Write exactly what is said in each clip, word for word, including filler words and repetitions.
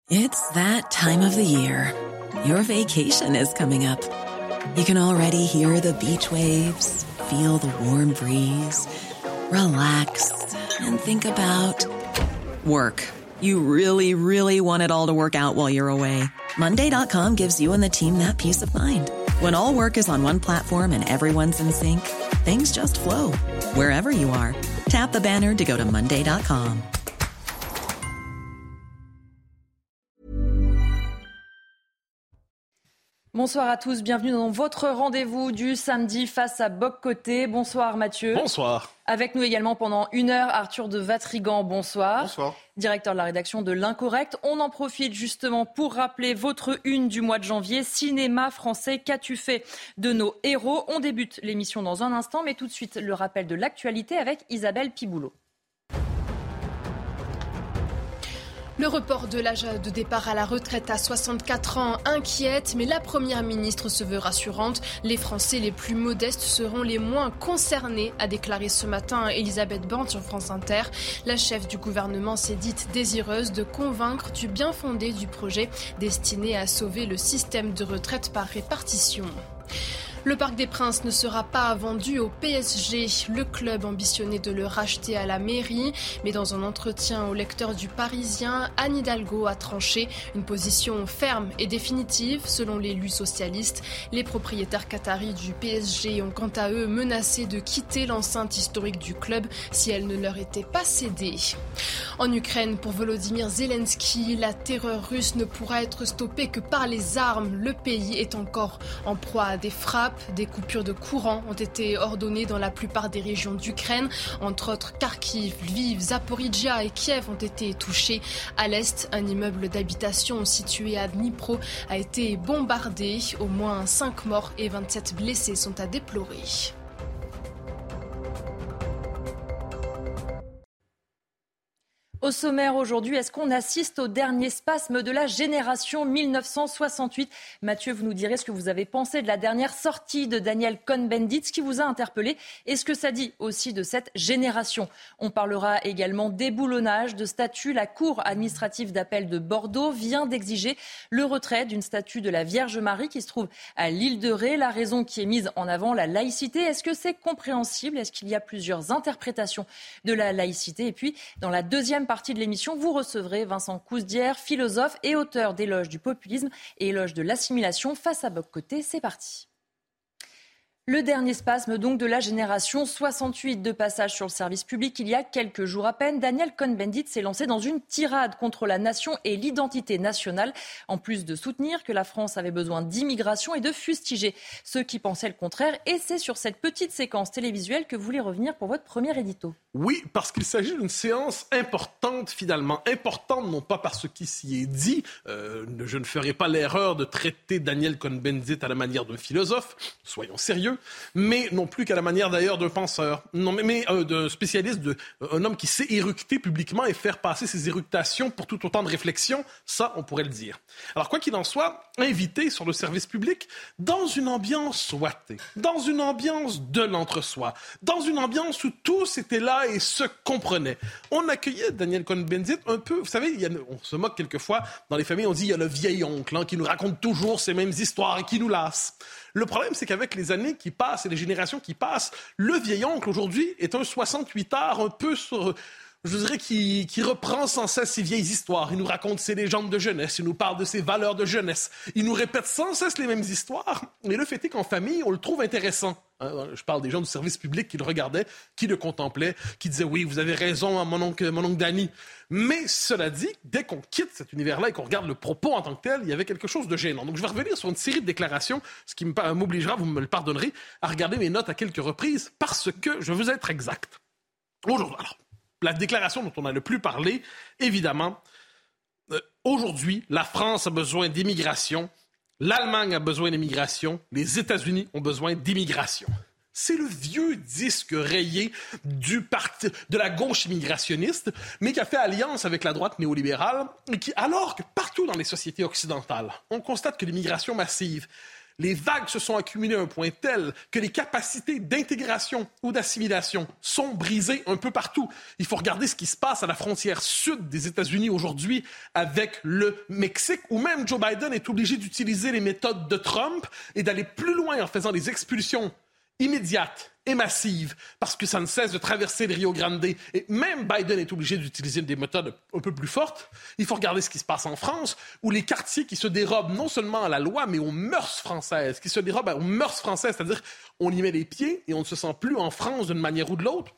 It's that time of the year. Your vacation is coming up. You can already hear the beach waves, feel the warm breeze, relax, and think about work. You really, really want it all to work out while you're away. Monday dot com gives you and the team that peace of mind. When all work is on one platform and everyone's in sync, things just flow. Wherever you are, tap the banner to go to Monday dot com. Bonsoir à tous, bienvenue dans votre rendez-vous du samedi face à Bock-Côté. Bonsoir Mathieu. Bonsoir. Avec nous également pendant une heure, Arthur de Vatrigan, bonsoir. Bonsoir. Directeur de la rédaction de L'Incorrect. On en profite justement pour rappeler votre une du mois de janvier. Cinéma français, qu'as-tu fait de nos héros? On débute l'émission dans un instant, mais tout de suite le rappel de l'actualité avec Isabelle Piboulot. Le report de l'âge de départ à la retraite à soixante-quatre ans inquiète, mais la Première ministre se veut rassurante. Les Français les plus modestes seront les moins concernés, a déclaré ce matin Elisabeth Borne sur France Inter. La chef du gouvernement s'est dite désireuse de convaincre du bien fondé du projet destiné à sauver le système de retraite par répartition. Le Parc des Princes ne sera pas vendu au P S G. Le club ambitionnait de le racheter à la mairie. Mais dans un entretien au lecteur du Parisien, Anne Hidalgo a tranché une position ferme et définitive selon l'élu socialiste. Les propriétaires qataris du P S G ont quant à eux menacé de quitter l'enceinte historique du club si elle ne leur était pas cédée. En Ukraine, pour Volodymyr Zelensky, la terreur russe ne pourra être stoppée que par les armes. Le pays est encore en proie à des frappes. Des coupures de courant ont été ordonnées dans la plupart des régions d'Ukraine. Entre autres, Kharkiv, Lviv, Zaporijia et Kiev ont été touchés. À l'est, un immeuble d'habitation situé à Dnipro a été bombardé. Au moins cinq morts et vingt-sept blessés sont à déplorer. Au sommaire aujourd'hui, est-ce qu'on assiste au dernier spasme de la génération mille neuf cent soixante-huit? Mathieu, vous nous direz ce que vous avez pensé de la dernière sortie de Daniel Cohn-Bendit, ce qui vous a interpellé et ce que ça dit aussi de cette génération. On parlera également déboulonnage de statues. La Cour administrative d'appel de Bordeaux vient d'exiger le retrait d'une statue de la Vierge Marie qui se trouve à l'île de Ré. La raison qui est mise en avant, la laïcité. Est-ce que c'est compréhensible? Est-ce qu'il y a plusieurs interprétations de la laïcité? Et puis, dans la deuxième partie de l'émission, vous recevrez Vincent Cousdière, philosophe et auteur d'Éloge du populisme et Éloge de l'assimilation face à Bock-Côté. C'est parti. Le dernier spasme donc de la génération soixante-huit, de passage sur le service public il y a quelques jours à peine. Daniel Cohn-Bendit s'est lancé dans une tirade contre la nation et l'identité nationale, en plus de soutenir que la France avait besoin d'immigration et de fustiger ceux qui pensaient le contraire. Et c'est sur cette petite séquence télévisuelle que vous voulez revenir pour votre premier édito. Oui, parce qu'il s'agit d'une séance importante finalement. Importante non pas par ce qui s'y est dit. Euh, je ne ferai pas l'erreur de traiter Daniel Cohn-Bendit à la manière d'un philosophe, soyons sérieux, mais non plus qu'à la manière d'ailleurs d'un penseur, non, mais, mais euh, d'un spécialiste, de, euh, un homme qui sait éructer publiquement et faire passer ses éructations pour tout autant de réflexion, ça on pourrait le dire. Alors quoi qu'il en soit, invité sur le service public dans une ambiance ouatée, dans une ambiance de l'entre-soi, dans une ambiance où tous étaient là et se comprenaient. On accueillait Daniel Cohn-Bendit un peu, vous savez, il y a, on se moque quelquefois, dans les familles on dit il y a le vieil oncle hein, qui nous raconte toujours ces mêmes histoires et qui nous lasse. Le problème, c'est qu'avec les années qui passent et les générations qui passent, le vieil oncle, aujourd'hui, est un soixante-huitard un peu sur... je dirais, qui, qui reprend sans cesse ses vieilles histoires. Il nous raconte ses légendes de jeunesse, il nous parle de ses valeurs de jeunesse. Il nous répète sans cesse les mêmes histoires. Et le fait est qu'en famille, on le trouve intéressant. Hein, je parle des gens du service public qui le regardaient, qui le contemplaient, qui disaient « Oui, vous avez raison, hein, mon oncle, mon oncle Danny ». Mais cela dit, dès qu'on quitte cet univers-là et qu'on regarde le propos en tant que tel, il y avait quelque chose de gênant. Donc je vais revenir sur une série de déclarations, ce qui m'obligera, vous me le pardonnerez, à regarder mes notes à quelques reprises, parce que je veux être exact. Aujourd'hui, alors, la déclaration dont on a le plus parlé, évidemment, euh, aujourd'hui, la France a besoin d'immigration, l'Allemagne a besoin d'immigration, les États-Unis ont besoin d'immigration. C'est le vieux disque rayé du parti, de la gauche immigrationniste, mais qui a fait alliance avec la droite néolibérale, et qui, alors que partout dans les sociétés occidentales, on constate que l'immigration massive, Les vagues se sont accumulées à un point tel que les capacités d'intégration ou d'assimilation sont brisées un peu partout. Il faut regarder ce qui se passe à la frontière sud des États-Unis aujourd'hui avec le Mexique, où même Joe Biden est obligé d'utiliser les méthodes de Trump et d'aller plus loin en faisant des expulsions immédiates et massive, parce que ça ne cesse de traverser le Rio Grande. Et même Biden est obligé d'utiliser des méthodes un peu plus fortes. Il faut regarder ce qui se passe en France, où les quartiers qui se dérobent non seulement à la loi, mais aux mœurs françaises, qui se dérobent aux mœurs françaises, c'est-à-dire on y met les pieds et on ne se sent plus en France d'une manière ou de l'autre.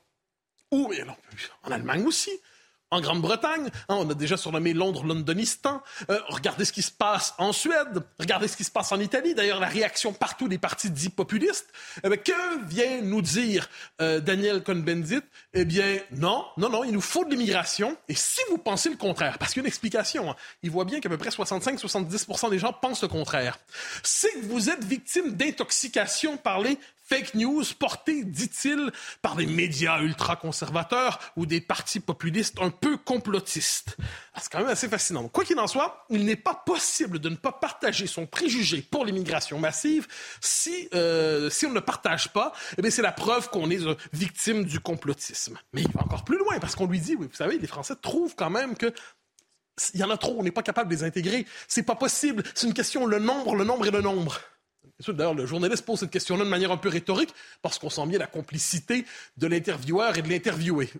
Ou alors, en Allemagne aussi. En Grande-Bretagne, hein, on a déjà surnommé Londres Londonistan. Euh, regardez ce qui se passe en Suède. Regardez ce qui se passe en Italie. D'ailleurs, la réaction partout des partis dits populistes. Eh bien, que vient nous dire euh, Daniel Cohn-Bendit? Eh bien, non, non, non, il nous faut de l'immigration. Et si vous pensez le contraire, parce qu'il y a une explication, hein, il voit bien qu'à peu près soixante-cinq à soixante-dix pour cent des gens pensent le contraire. C'est que vous êtes victime d'intoxication par les fake news portées, dit-il, par des médias ultra-conservateurs ou des partis populistes un peu complotistes. Ah, c'est quand même assez fascinant. Quoi qu'il en soit, il n'est pas possible de ne pas partager son préjugé pour l'immigration massive si, euh, si on ne partage pas. Eh bien, c'est la preuve qu'on est euh, victime du complotisme. Mais il va encore plus loin parce qu'on lui dit, oui, vous savez, les Français trouvent quand même que il y en a trop, on n'est pas capable de les intégrer. C'est pas possible. C'est une question, le nombre, le nombre et le nombre. D'ailleurs, le journaliste pose cette question-là de manière un peu rhétorique parce qu'on sent bien la complicité de l'intervieweur et de l'interviewé.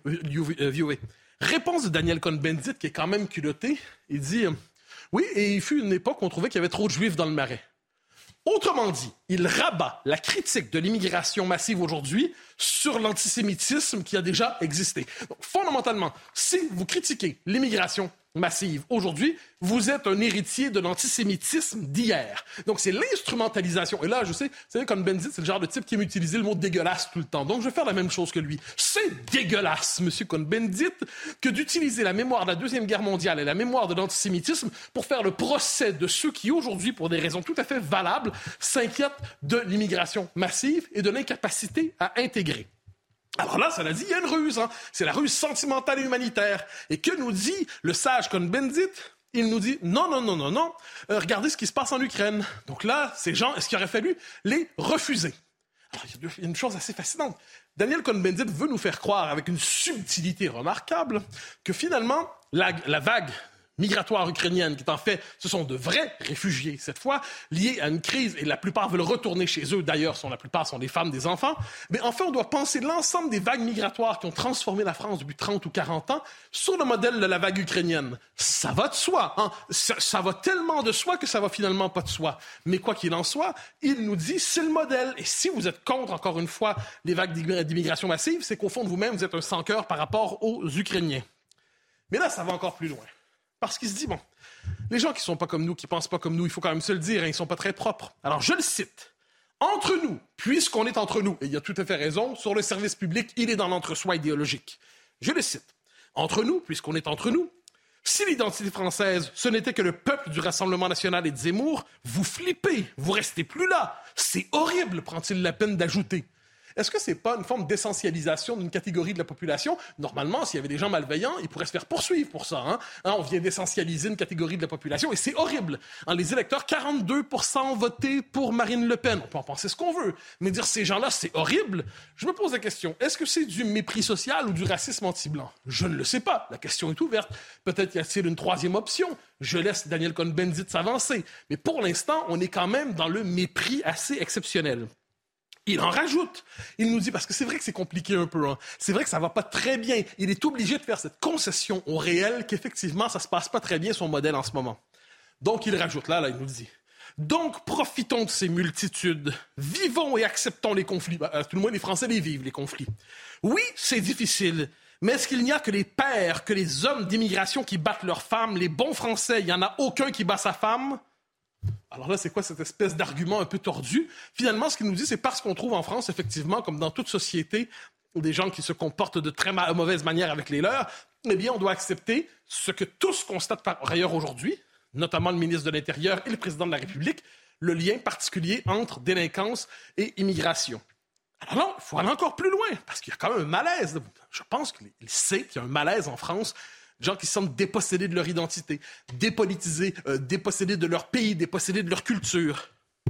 Réponse de Daniel Cohn-Bendit, qui est quand même culotté. Il dit euh, « Oui, et il fut une époque où on trouvait qu'il y avait trop de Juifs dans le Marais. » Autrement dit, il rabat la critique de l'immigration massive aujourd'hui sur l'antisémitisme qui a déjà existé. Donc, fondamentalement, si vous critiquez l'immigration massive aujourd'hui, vous êtes un héritier de l'antisémitisme d'hier. Donc, c'est l'instrumentalisation. Et là, je sais, vous savez, Cohn-Bendit, c'est le genre de type qui aime utiliser le mot dégueulasse tout le temps. Donc, je vais faire la même chose que lui. C'est dégueulasse, M. Cohn-Bendit, que d'utiliser la mémoire de la Deuxième Guerre mondiale et la mémoire de l'antisémitisme pour faire le procès de ceux qui, aujourd'hui, pour des raisons tout à fait valables, s'inquiètent de l'immigration massive et de l'incapacité à intégrer. Alors là, ça l'a dit, il y a une ruse. Hein? C'est la ruse sentimentale et humanitaire. Et que nous dit le sage Cohn-Bendit? Il nous dit, non, non, non, non, non, euh, regardez ce qui se passe en Ukraine. Donc là, ces gens, est-ce qu'il aurait fallu les refuser? Alors, il y a une chose assez fascinante. Daniel Cohn-Bendit veut nous faire croire, avec une subtilité remarquable, que finalement, la, la vague migratoire ukrainienne, qui est en fait, ce sont de vrais réfugiés, cette fois, liés à une crise, et la plupart veulent retourner chez eux, d'ailleurs, sont, la plupart sont des femmes, des enfants, mais enfin, on doit penser l'ensemble des vagues migratoires qui ont transformé la France depuis trente ou quarante ans sur le modèle de la vague ukrainienne. Ça va de soi, hein? ça, ça va tellement de soi que ça va finalement pas de soi. Mais quoi qu'il en soit, il nous dit, c'est le modèle. Et si vous êtes contre, encore une fois, les vagues d'immigration massive, c'est qu'au fond de vous-même, vous êtes un sans-cœur par rapport aux Ukrainiens. Mais là, ça va encore plus loin. Parce qu'il se dit, bon, les gens qui ne sont pas comme nous, qui ne pensent pas comme nous, il faut quand même se le dire, hein, ils ne sont pas très propres. Alors, je le cite. Entre nous, puisqu'on est entre nous, et il a tout à fait raison, sur le service public, il est dans l'entre-soi idéologique. Je le cite. Entre nous, puisqu'on est entre nous, si l'identité française, ce n'était que le peuple du Rassemblement national et de Zemmour, vous flippez, vous restez plus là. C'est horrible, prend-il la peine d'ajouter. Est-ce que ce n'est pas une forme d'essentialisation d'une catégorie de la population? Normalement, s'il y avait des gens malveillants, ils pourraient se faire poursuivre pour ça. Hein? Hein, on vient d'essentialiser une catégorie de la population et c'est horrible. Hein, les électeurs, quarante-deux pour cent ont voté pour Marine Le Pen. On peut en penser ce qu'on veut, mais dire ces gens-là, c'est horrible. Je me pose la question, est-ce que c'est du mépris social ou du racisme anti-blanc? Je ne le sais pas. La question est ouverte. Peut-être y a-t-il une troisième option. Je laisse Daniel Cohn-Bendit s'avancer. Mais pour l'instant, on est quand même dans le mépris assez exceptionnel. Il en rajoute. Il nous dit, parce que c'est vrai que c'est compliqué un peu, hein. C'est vrai que ça va pas très bien. Il est obligé de faire cette concession au réel qu'effectivement, ça se passe pas très bien son modèle en ce moment. Donc, il rajoute, là, là, il nous dit, donc, profitons de ces multitudes. Vivons et acceptons les conflits. Bah, tout le moins, les Français les vivent, les conflits. Oui, c'est difficile. Mais est-ce qu'il n'y a que les pères, que les hommes d'immigration qui battent leurs femmes? Les bons Français, il n'y en a aucun qui bat sa femme? Alors là, c'est quoi cette espèce d'argument un peu tordu? Finalement, ce qu'il nous dit, c'est parce qu'on trouve en France, effectivement, comme dans toute société, des gens qui se comportent de très ma- mauvaise manière avec les leurs, eh bien, on doit accepter ce que tous constatent par ailleurs aujourd'hui, notamment le ministre de l'Intérieur et le président de la République, le lien particulier entre délinquance et immigration. Alors là, il faut aller encore plus loin, parce qu'il y a quand même un malaise. Je pense qu'il sait qu'il y a un malaise en France. Gens qui se sentent dépossédés de leur identité, dépolitisés, euh, dépossédés de leur pays, dépossédés de leur culture.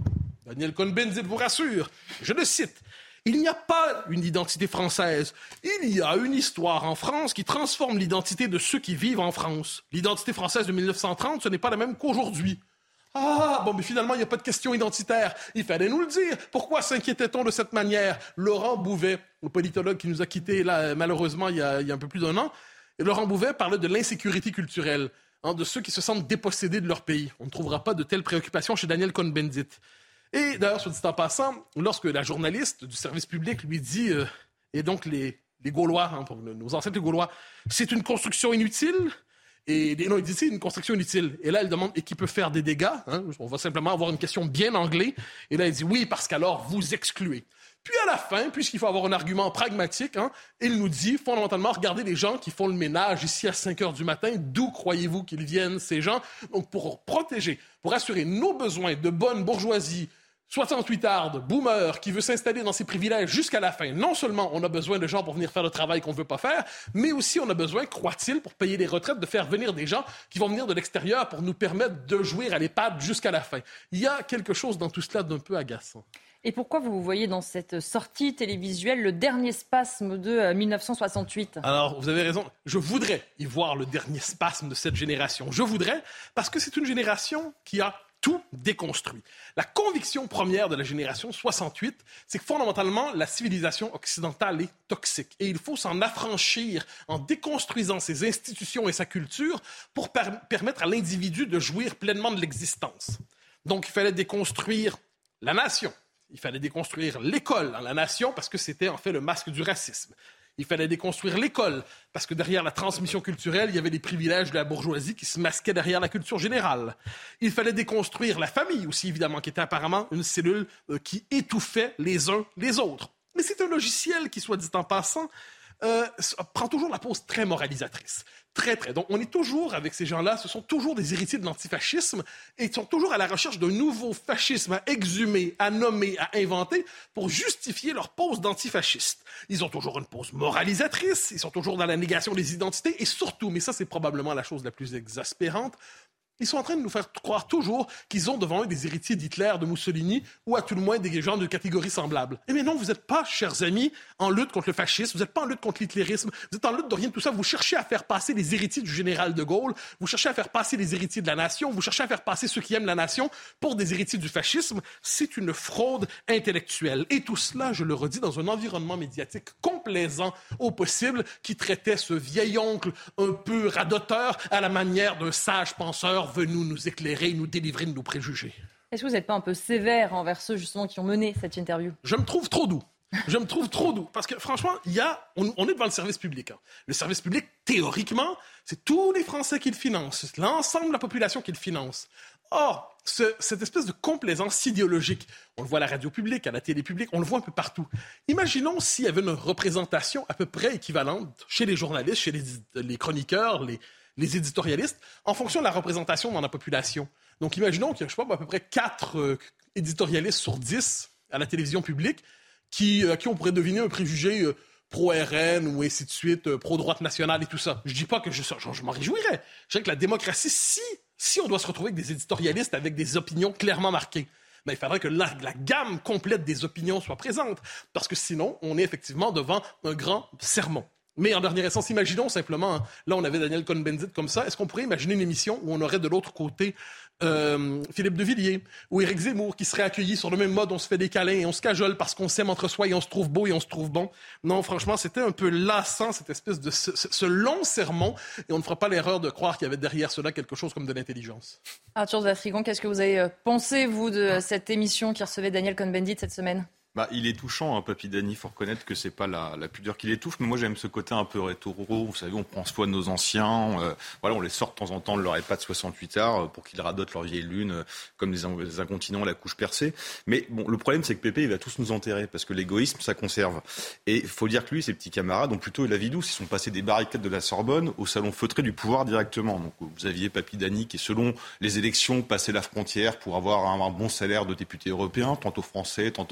Daniel Cohn-Bendit vous rassure. Je le cite. Il n'y a pas une identité française. Il y a une histoire en France qui transforme l'identité de ceux qui vivent en France. L'identité française de mille neuf cent trente, ce n'est pas la même qu'aujourd'hui. Ah, bon, mais finalement, il n'y a pas de question identitaire. Il fallait nous le dire. Pourquoi s'inquiétait-on de cette manière? Laurent Bouvet, le politologue qui nous a quittés, là, malheureusement, il y a, il y a un peu plus d'un an, et Laurent Bouvet parlait de l'insécurité culturelle, hein, de ceux qui se sentent dépossédés de leur pays. On ne trouvera pas de telles préoccupations chez Daniel Cohn-Bendit. Et d'ailleurs, soit dit en passant, lorsque la journaliste du service public lui dit, euh, et donc les, les Gaulois, hein, pour nos ancêtres Gaulois, c'est une construction inutile, et non, il dit c'est une construction inutile. Et là, elle demande, et qui peut faire des dégâts, hein, on va simplement avoir une question bien anglais, et là, il dit oui, parce qu'alors, vous excluez. Puis à la fin, puisqu'il faut avoir un argument pragmatique, hein, il nous dit fondamentalement, regardez les gens qui font le ménage ici à cinq heures du matin, d'où croyez-vous qu'ils viennent, ces gens? Donc pour protéger, pour assurer nos besoins de bonne bourgeoisie, soixante-huitarde, boomer, qui veut s'installer dans ses privilèges jusqu'à la fin. Non seulement on a besoin de gens pour venir faire le travail qu'on ne veut pas faire, mais aussi on a besoin, croit-il, pour payer les retraites, de faire venir des gens qui vont venir de l'extérieur pour nous permettre de jouir à l'EHPAD jusqu'à la fin. Il y a quelque chose dans tout cela d'un peu agaçant. Et pourquoi vous voyez dans cette sortie télévisuelle le dernier spasme de mille neuf cent soixante-huit? Alors, vous avez raison. Je voudrais y voir le dernier spasme de cette génération. Je voudrais, parce que c'est une génération qui a tout déconstruit. La conviction première de la génération soixante-huit, c'est que fondamentalement, la civilisation occidentale est toxique. Et il faut s'en affranchir en déconstruisant ses institutions et sa culture pour per- permettre à l'individu de jouir pleinement de l'existence. Donc, il fallait déconstruire la nation. Il fallait déconstruire l'école dans la nation parce que c'était en fait le masque du racisme. Il fallait déconstruire l'école parce que derrière la transmission culturelle, il y avait les privilèges de la bourgeoisie qui se masquaient derrière la culture générale. Il fallait déconstruire la famille aussi, évidemment, qui était apparemment une cellule euh, qui étouffait les uns les autres. Mais c'est un logiciel qui, soit dit en passant, euh, prend toujours la pose très moralisatrice. Très, très. Donc, on est toujours avec ces gens-là, ce sont toujours des héritiers de l'antifascisme et ils sont toujours à la recherche d'un nouveau fascisme à exhumer, à nommer, à inventer pour justifier leur pose d'antifasciste. Ils ont toujours une pose moralisatrice, ils sont toujours dans la négation des identités et surtout, mais ça c'est probablement la chose la plus exaspérante, ils sont en train de nous faire croire toujours qu'ils ont devant eux des héritiers d'Hitler, de Mussolini, ou à tout le moins des gens de catégories semblables. Eh bien non, vous n'êtes pas, chers amis, en lutte contre le fascisme, vous n'êtes pas en lutte contre l'hitlérisme, vous êtes en lutte de rien de tout ça. Vous cherchez à faire passer les héritiers du général de Gaulle, vous cherchez à faire passer les héritiers de la nation, vous cherchez à faire passer ceux qui aiment la nation pour des héritiers du fascisme. C'est une fraude intellectuelle. Et tout cela, je le redis, dans un environnement médiatique complaisant au possible, qui traitait ce vieil oncle un peu radoteur à la manière d'un sage penseur venu nous éclairer, nous délivrer de nos préjugés. Est-ce que vous n'êtes pas un peu sévère envers ceux justement qui ont mené cette interview? Je me trouve trop doux. Je me trouve trop doux. Parce que franchement, il y a, on, on est devant le service public. Hein. Le service public, théoriquement, c'est tous les Français qui le financent. C'est l'ensemble de la population qui le finance. Or, ce, cette espèce de complaisance idéologique, on le voit à la radio publique, à la télé publique, on le voit un peu partout. Imaginons s'il y avait une représentation à peu près équivalente chez les journalistes, chez les, les chroniqueurs, les les éditorialistes, en fonction de la représentation dans la population. Donc, imaginons qu'il y a, je sais pas, à peu près quatre euh, éditorialistes sur dix à la télévision publique qui, euh, qui on pourrait deviner un préjugé euh, pro-R N ou ainsi de suite, euh, pro-droite nationale et tout ça. Je dis pas que je, je, je m'en réjouirais. Je dirais que la démocratie, si, si on doit se retrouver avec des éditorialistes avec des opinions clairement marquées, ben, il faudrait que la, la gamme complète des opinions soit présente, parce que sinon, on est effectivement devant un grand sermon. Mais en dernière instance, imaginons simplement, hein, là on avait Daniel Cohn-Bendit comme ça, est-ce qu'on pourrait imaginer une émission où on aurait de l'autre côté euh, Philippe de Villiers ou Éric Zemmour qui seraient accueillis sur le même mode, on se fait des câlins et on se cajole parce qu'on s'aime entre soi et on se trouve beau et on se trouve bon. Non, franchement, c'était un peu lassant, cette espèce de ce, ce long sermon, et on ne fera pas l'erreur de croire qu'il y avait derrière cela quelque chose comme de l'intelligence. Arthur de Vatrigan, qu'est-ce que vous avez pensé, vous, de cette émission qui recevait Daniel Cohn-Bendit cette semaine? Bah, il est touchant, hein, Papy Dany, il faut reconnaître que c'est pas la, la pudeur qui l'étouffe, mais moi j'aime ce côté un peu rétro, vous savez, on prend soin de nos anciens, euh, voilà, on les sort de temps en temps de leur EHPAD soixante-huit heures euh, pour qu'ils radotent leur vieille lune, euh, comme des, des incontinents à la couche percée. Mais bon, le problème c'est que Pépé, il va tous nous enterrer, parce que l'égoïsme, ça conserve. Et il faut dire que lui, ses petits camarades ont plutôt eu la vie douce, ils sont passés des barricades de la Sorbonne au salon feutré du pouvoir directement. Donc vous aviez Papy Dany qui, selon les élections, passait la frontière pour avoir un, un bon salaire de député européen, tantôt français, tantôt allemand.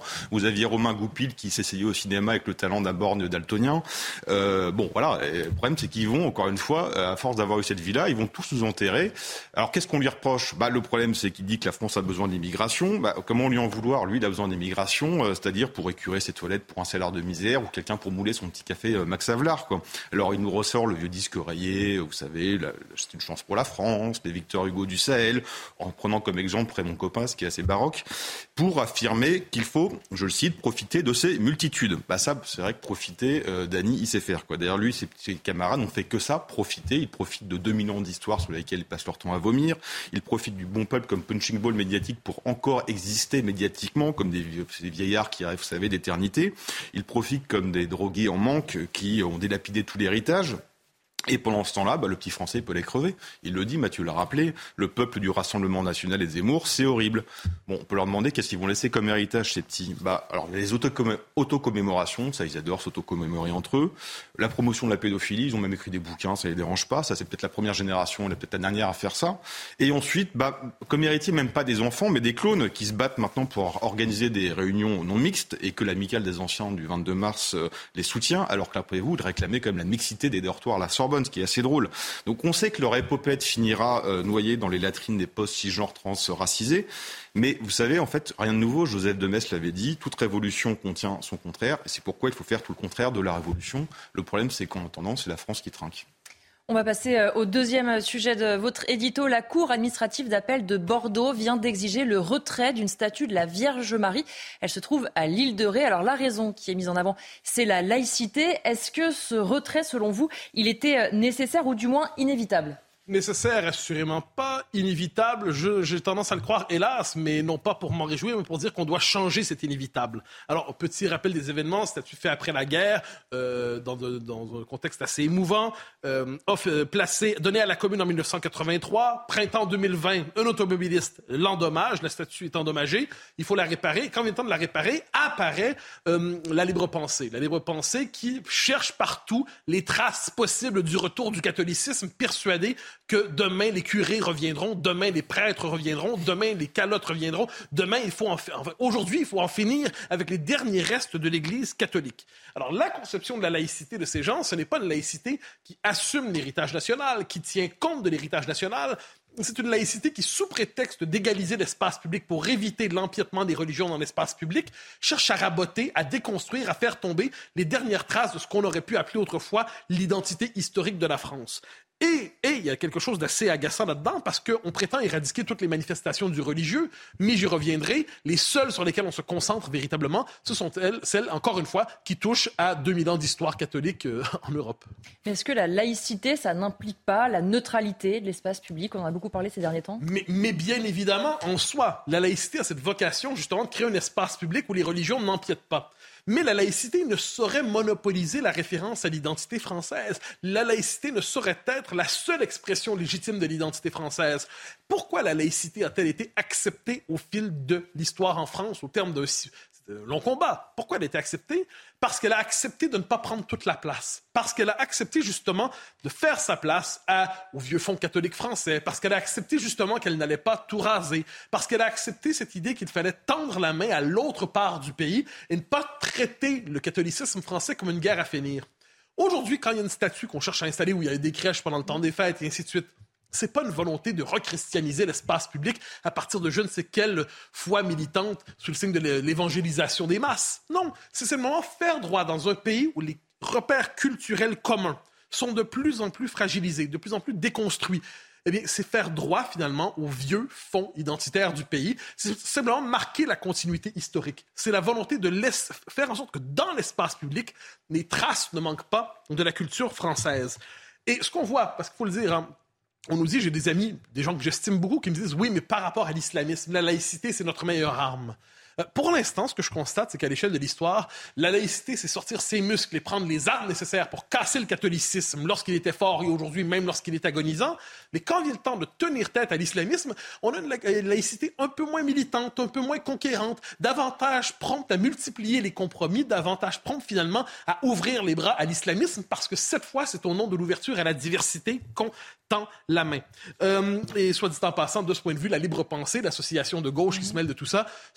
Vous aviez Romain Goupil qui s'essayait au cinéma avec le talent d'un borgne daltonien. Euh, bon, voilà. Et le problème, c'est qu'ils vont, encore une fois, à force d'avoir eu cette vie-là, ils vont tous nous enterrer. Alors, qu'est-ce qu'on lui reproche ? Bah, le problème, c'est qu'il dit que la France a besoin d'immigration. Bah, comment lui en vouloir ? Lui, il a besoin d'immigration, euh, c'est-à-dire pour écurer ses toilettes pour un salaire de misère ou quelqu'un pour mouler son petit café euh, Max Havelaar, quoi. Alors, il nous ressort le vieux disque rayé, vous savez, la, c'est une chance pour la France, les Victor Hugo du Sahel, en prenant comme exemple près mon copain, ce qui est assez baroque, pour affirmer qu'il faut, je le cite, profiter de ces multitudes. Bah ça, c'est vrai que profiter, euh, Dany, il sait faire, quoi. D'ailleurs, lui, ses, ses camarades n'ont fait que ça, profiter. Ils profitent de deux mille ans d'histoire sur lesquelles ils passent leur temps à vomir. Ils profitent du bon peuple comme punching ball médiatique pour encore exister médiatiquement, comme des, des vieillards qui arrivent, vous savez, d'éternité. Ils profitent comme des drogués en manque qui ont dilapidé tout l'héritage. Et pendant ce temps-là, bah, le petit Français peut les crever. Il le dit, Mathieu l'a rappelé, le peuple du Rassemblement National et Zemmour, c'est horrible. Bon, on peut leur demander qu'est-ce qu'ils vont laisser comme héritage, ces petits. Bah, alors, les autocommé- autocommémorations, ça, ils adorent s'autocommémorer entre eux. La promotion de la pédophilie, ils ont même écrit des bouquins, ça les dérange pas. Ça, c'est peut-être la première génération, peut-être la dernière à faire ça. Et ensuite, bah, comme héritier, même pas des enfants, mais des clones qui se battent maintenant pour organiser des réunions non mixtes et que l'amicale des anciens du vingt-deux mars euh, les soutient, alors que l'après vous, ils réclamaient quand même la mixité des dortoirs à la Sorbonne, ce qui est assez drôle. Donc on sait que leur épopette finira euh, noyée dans les latrines des postes cisgenres trans racisés. Mais vous savez, en fait, rien de nouveau, Joseph de Metz l'avait dit, toute révolution contient son contraire. Et c'est pourquoi il faut faire tout le contraire de la révolution. Le problème, c'est qu'en attendant, c'est la France qui trinque. On va passer au deuxième sujet de votre édito. La Cour administrative d'appel de Bordeaux vient d'exiger le retrait d'une statue de la Vierge Marie. Elle se trouve à l'île de Ré. Alors la raison qui est mise en avant, c'est la laïcité. Est-ce que ce retrait, selon vous, il était nécessaire ou du moins inévitable ? Nécessaire, assurément pas. Inévitable, je, j'ai tendance à le croire, hélas, mais non pas pour m'en réjouir, mais pour dire qu'on doit changer cet inévitable. Alors, petit rappel des événements, statut fait après la guerre, euh, dans, de, dans un contexte assez émouvant, euh, off, euh, placé, donné à la commune en dix-neuf cent quatre-vingt-trois, printemps deux mille vingt, un automobiliste l'endommage, la statue est endommagée, il faut la réparer. Quand vient le temps de la réparer, apparaît euh, la libre pensée. La libre pensée qui cherche partout les traces possibles du retour du catholicisme, persuadé que demain, les curés reviendront, demain, les prêtres reviendront, demain, les calottes reviendront, demain, il faut en fi- enfin, aujourd'hui, il faut en finir avec les derniers restes de l'Église catholique. Alors, la conception de la laïcité de ces gens, ce n'est pas une laïcité qui assume l'héritage national, qui tient compte de l'héritage national. C'est une laïcité qui, sous prétexte d'égaliser l'espace public pour éviter l'empiètement des religions dans l'espace public, cherche à raboter, à déconstruire, à faire tomber les dernières traces de ce qu'on aurait pu appeler autrefois l'identité historique de la France. Et, et il y a quelque chose d'assez agaçant là-dedans parce qu'on prétend éradiquer toutes les manifestations du religieux, mais j'y reviendrai. Les seules sur lesquelles on se concentre véritablement, ce sont elles, celles, encore une fois, qui touchent à deux mille ans d'histoire catholique euh, en Europe. Mais est-ce que la laïcité, ça n'implique pas la neutralité de l'espace public ? On en a beaucoup parlé ces derniers temps. Mais, mais bien évidemment, en soi, la laïcité a cette vocation justement de créer un espace public où les religions n'empiètent pas. Mais la laïcité ne saurait monopoliser la référence à l'identité française. La laïcité ne saurait être la seule expression légitime de l'identité française. Pourquoi la laïcité a-t-elle été acceptée au fil de l'histoire en France, au terme d'un long combat? Pourquoi elle a été acceptée? Parce qu'elle a accepté de ne pas prendre toute la place. Parce qu'elle a accepté justement de faire sa place à, au vieux fonds catholique français. Parce qu'elle a accepté justement qu'elle n'allait pas tout raser. Parce qu'elle a accepté cette idée qu'il fallait tendre la main à l'autre part du pays et ne pas traiter le catholicisme français comme une guerre à finir. Aujourd'hui, quand il y a une statue qu'on cherche à installer où il y a des crèches pendant le temps des fêtes et ainsi de suite, c'est pas une volonté de rechristianiser l'espace public à partir de je ne sais quelle foi militante sous le signe de l'évangélisation des masses. Non, c'est simplement faire droit dans un pays où les repères culturels communs sont de plus en plus fragilisés, de plus en plus déconstruits. Eh bien, c'est faire droit, finalement, au vieux fond identitaire du pays. C'est simplement marquer la continuité historique. C'est la volonté de laisser, faire en sorte que dans l'espace public, les traces ne manquent pas de la culture française. Et ce qu'on voit, parce qu'il faut le dire, hein, on nous dit, j'ai des amis, des gens que j'estime beaucoup, qui me disent « Oui, mais par rapport à l'islamisme, la laïcité, c'est notre meilleure arme. » Pour l'instant, ce que je constate, c'est qu'à l'échelle de l'histoire, la laïcité, c'est sortir ses muscles et prendre les armes nécessaires pour casser le catholicisme lorsqu'il était fort et aujourd'hui, même lorsqu'il est agonisant. Mais quand vient le temps de tenir tête à l'islamisme, on a une laïcité un peu moins militante, un peu moins conquérante, davantage prompte à multiplier les compromis, davantage prompte finalement à ouvrir les bras à l'islamisme parce que cette fois, c'est au nom de l'ouverture à la diversité qu'on tend la main. Euh, et soit dit en passant, de ce point de vue, la libre pensée, l'association de gauche qui se mêle de tout ça, ce sont en fait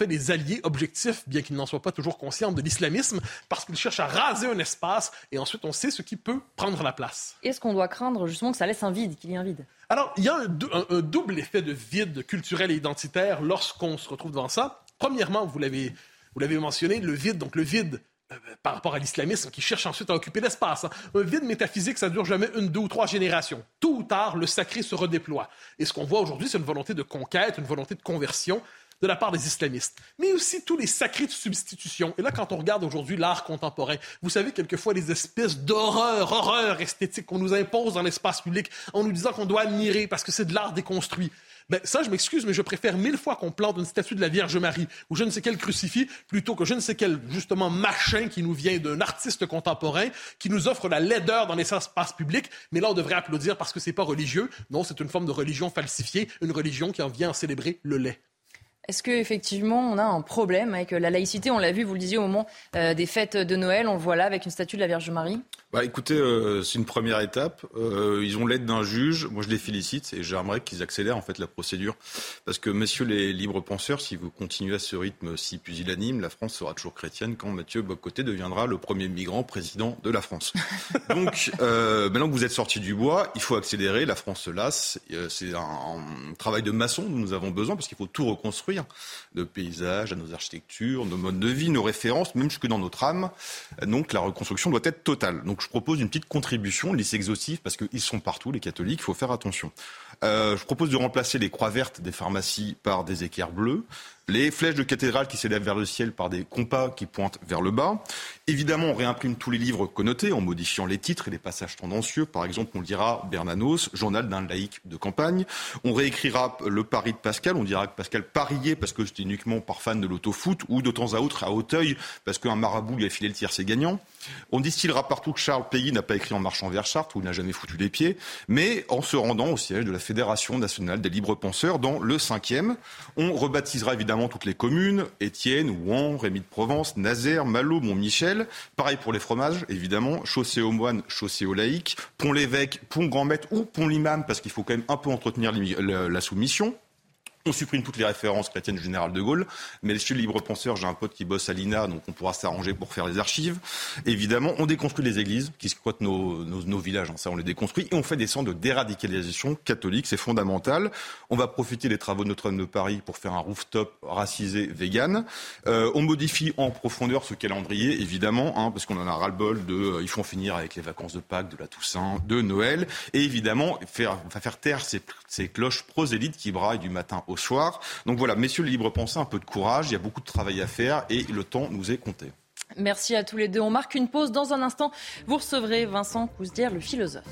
fait des alliés objectifs, bien qu'ils n'en soient pas toujours conscients, de l'islamisme, parce qu'ils cherchent à raser un espace et ensuite on sait ce qui peut prendre la place. Est-ce qu'on doit craindre justement que ça laisse un vide, qu'il y ait un vide? Alors, il y a un, un, un double effet de vide culturel et identitaire lorsqu'on se retrouve devant ça. Premièrement, vous l'avez, vous l'avez mentionné, le vide, donc le vide euh, par rapport à l'islamisme qui cherche ensuite à occuper l'espace. Hein. Un vide métaphysique, ça ne dure jamais une, deux ou trois générations. Tôt ou tard, le sacré se redéploie. Et ce qu'on voit aujourd'hui, c'est une volonté de conquête, une volonté de conversion de la part des islamistes, mais aussi tous les sacrés de substitution. Et là, quand on regarde aujourd'hui l'art contemporain, vous savez, quelquefois, les espèces d'horreur, horreur esthétique qu'on nous impose dans l'espace public en nous disant qu'on doit admirer parce que c'est de l'art déconstruit. Ben, ça, je m'excuse, mais je préfère mille fois qu'on plante une statue de la Vierge Marie ou je ne sais quel crucifix plutôt que je ne sais quel, justement, machin qui nous vient d'un artiste contemporain qui nous offre la laideur dans les espaces publics. Mais là, on devrait applaudir parce que c'est pas religieux. Non, c'est une forme de religion falsifiée, une religion qui en vient à célébrer le lait. Est-ce qu'effectivement, on a un problème avec la laïcité? On l'a vu, vous le disiez, au moment euh, des fêtes de Noël. On le voit là avec une statue de la Vierge Marie. Bah, écoutez, euh, c'est une première étape. Euh, ils ont l'aide d'un juge. Moi, je les félicite et j'aimerais qu'ils accélèrent en fait la procédure. Parce que, messieurs les libres penseurs, si vous continuez à ce rythme si pusillanime, la France sera toujours chrétienne quand Mathieu Bock-Côté deviendra le premier migrant président de la France. Donc, euh, maintenant que vous êtes sortis du bois, il faut accélérer. La France se lasse. C'est un, un travail de maçon dont nous avons besoin parce qu'il faut tout reconstruire. De paysages à nos architectures, nos modes de vie, nos références, même jusque dans notre âme. Donc la reconstruction doit être totale. Donc je propose une petite contribution, liste exhaustive, parce qu'ils sont partout, les catholiques, il faut faire attention. Euh, je propose de remplacer les croix vertes des pharmacies par des équerres bleues, les flèches de cathédrale qui s'élèvent vers le ciel par des compas qui pointent vers le bas. Évidemment, on réimprime tous les livres connotés en modifiant les titres et les passages tendancieux. Par exemple, on lira Bernanos, journal d'un laïc de campagne. On réécrira le pari de Pascal. On dira que Pascal pariait parce que c'était uniquement par fan de l'autofoot ou de temps à autre à Hauteuil parce qu'un marabout lui a filé le tiercé gagnant. On distillera partout que Charles Péguy n'a pas écrit En marchant vers Chartres où il n'a jamais foutu les pieds, mais en se rendant au siège de la Fédération nationale des libres penseurs dans le cinquième. On rebaptisera évidemment toutes les communes, Étienne, Ouan, Rémy de Provence, Nazaire, Malo, Montmichel. Pareil pour les fromages, évidemment, chaussée aux moines, chaussée aux laïcs, Pont-l'Évêque, Pont-Grand-Maître ou Pont-l'Imam, parce qu'il faut quand même un peu entretenir la soumission. On supprime toutes les références chrétiennes du général de Gaulle. Mais messieurs libres penseurs, j'ai un pote qui bosse à l'I N A, donc on pourra s'arranger pour faire les archives. Évidemment, on déconstruit les églises qui squattent nos, nos, nos villages, hein, ça on les déconstruit. Et on fait des centres de déradicalisation catholique, c'est fondamental. On va profiter des travaux de Notre-Dame de Paris pour faire un rooftop racisé vegan. Euh, on modifie en profondeur ce calendrier, évidemment, hein, parce qu'on en a ras-le-bol de... Euh, il faut en finir avec les vacances de Pâques, de la Toussaint, de Noël. Et évidemment, faire, faire taire ces, ces cloches prosélytes qui braillent du matin au soir. Donc voilà, messieurs les libres penseurs, un peu de courage, il y a beaucoup de travail à faire et le temps nous est compté. Merci à tous les deux. On marque une pause. Dans un instant, vous recevrez Vincent Cousdière, le philosophe.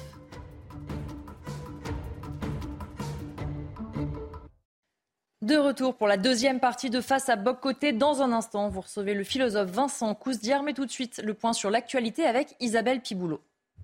De retour pour la deuxième partie de Face à Bock-Côté. Dans un instant, vous recevez le philosophe Vincent Cousdière, mais tout de suite, le point sur l'actualité avec Isabelle Piboulot.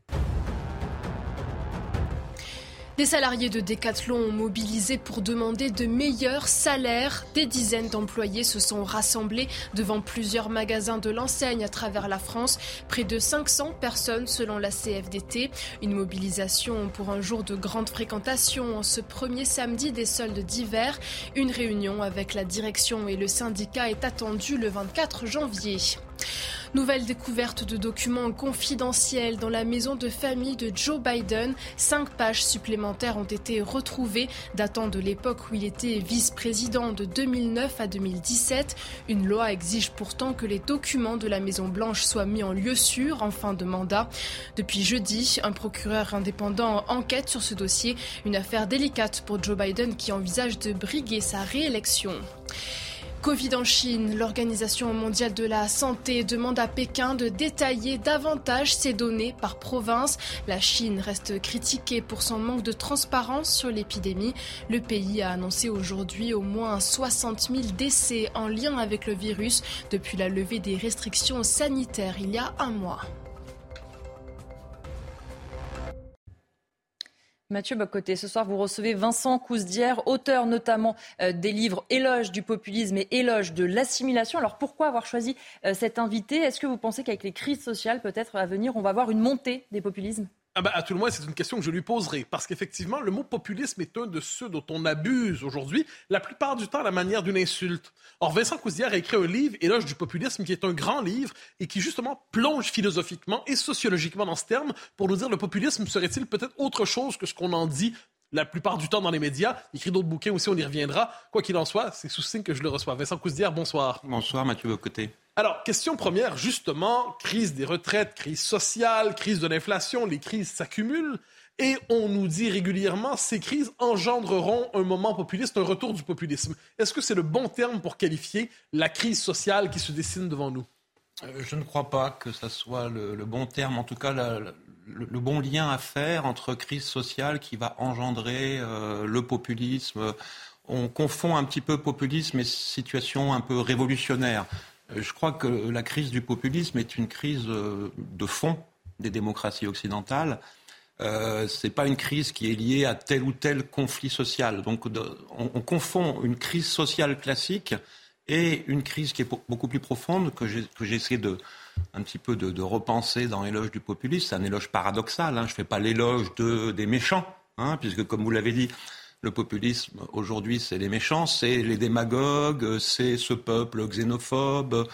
Des salariés de Decathlon ont mobilisé pour demander de meilleurs salaires. Des dizaines d'employés se sont rassemblés devant plusieurs magasins de l'enseigne à travers la France. Près de cinq cents personnes selon la C F D T. Une mobilisation pour un jour de grande fréquentation en ce premier samedi des soldes d'hiver. Une réunion avec la direction et le syndicat est attendue le vingt-quatre janvier. Nouvelle découverte de documents confidentiels dans la maison de famille de Joe Biden. Cinq pages supplémentaires ont été retrouvées, datant de l'époque où il était vice-président de deux mille neuf à deux mille dix-sept. Une loi exige pourtant que les documents de la Maison-Blanche soient mis en lieu sûr en fin de mandat. Depuis jeudi, un procureur indépendant enquête sur ce dossier. Une affaire délicate pour Joe Biden qui envisage de briguer sa réélection. Covid en Chine, l'Organisation mondiale de la santé demande à Pékin de détailler davantage ses données par province. La Chine reste critiquée pour son manque de transparence sur l'épidémie. Le pays a annoncé aujourd'hui au moins soixante mille décès en lien avec le virus depuis la levée des restrictions sanitaires il y a un mois. Mathieu Bock-Côté, ce soir vous recevez Vincent Cousdière, auteur notamment euh, des livres Éloge du populisme et Éloge de l'assimilation. Alors pourquoi avoir choisi euh, cet invité ? Est-ce que vous pensez qu'avec les crises sociales peut-être à venir, on va avoir une montée des populismes ? Ah ben, à tout le moins, c'est une question que je lui poserai. Parce qu'effectivement, le mot populisme est un de ceux dont on abuse aujourd'hui, la plupart du temps à la manière d'une insulte. Or, Vincent Couzdière a écrit un livre, Éloge du populisme, qui est un grand livre et qui, justement, plonge philosophiquement et sociologiquement dans ce terme pour nous dire le populisme serait-il peut-être autre chose que ce qu'on en dit la plupart du temps dans les médias. Il écrit d'autres bouquins aussi, on y reviendra. Quoi qu'il en soit, c'est sous signe que je le reçois. Vincent Couzdière, bonsoir. Bonsoir, Mathieu Bocoté. Alors, question première, justement, crise des retraites, crise sociale, crise de l'inflation, les crises s'accumulent et on nous dit régulièrement ces crises engendreront un moment populiste, un retour du populisme. Est-ce que c'est le bon terme pour qualifier la crise sociale qui se dessine devant nous? Euh, je ne crois pas que ça soit le, le bon terme, en tout cas la, la, le, le bon lien à faire entre crise sociale qui va engendrer euh, le populisme. On confond un petit peu populisme et situation un peu révolutionnaire. Je crois que la crise du populisme est une crise de fond des démocraties occidentales. Euh, ce n'est pas une crise qui est liée à tel ou tel conflit social. Donc de, on, on confond une crise sociale classique et une crise qui est beaucoup plus profonde, que, j'ai, que j'essaie de, un petit peu de, de repenser dans l'éloge du populisme. C'est un éloge paradoxal. Hein. Je ne fais pas l'éloge de, des méchants, hein, puisque comme vous l'avez dit, le populisme, aujourd'hui, c'est les méchants, c'est les démagogues, c'est ce peuple xénophobe,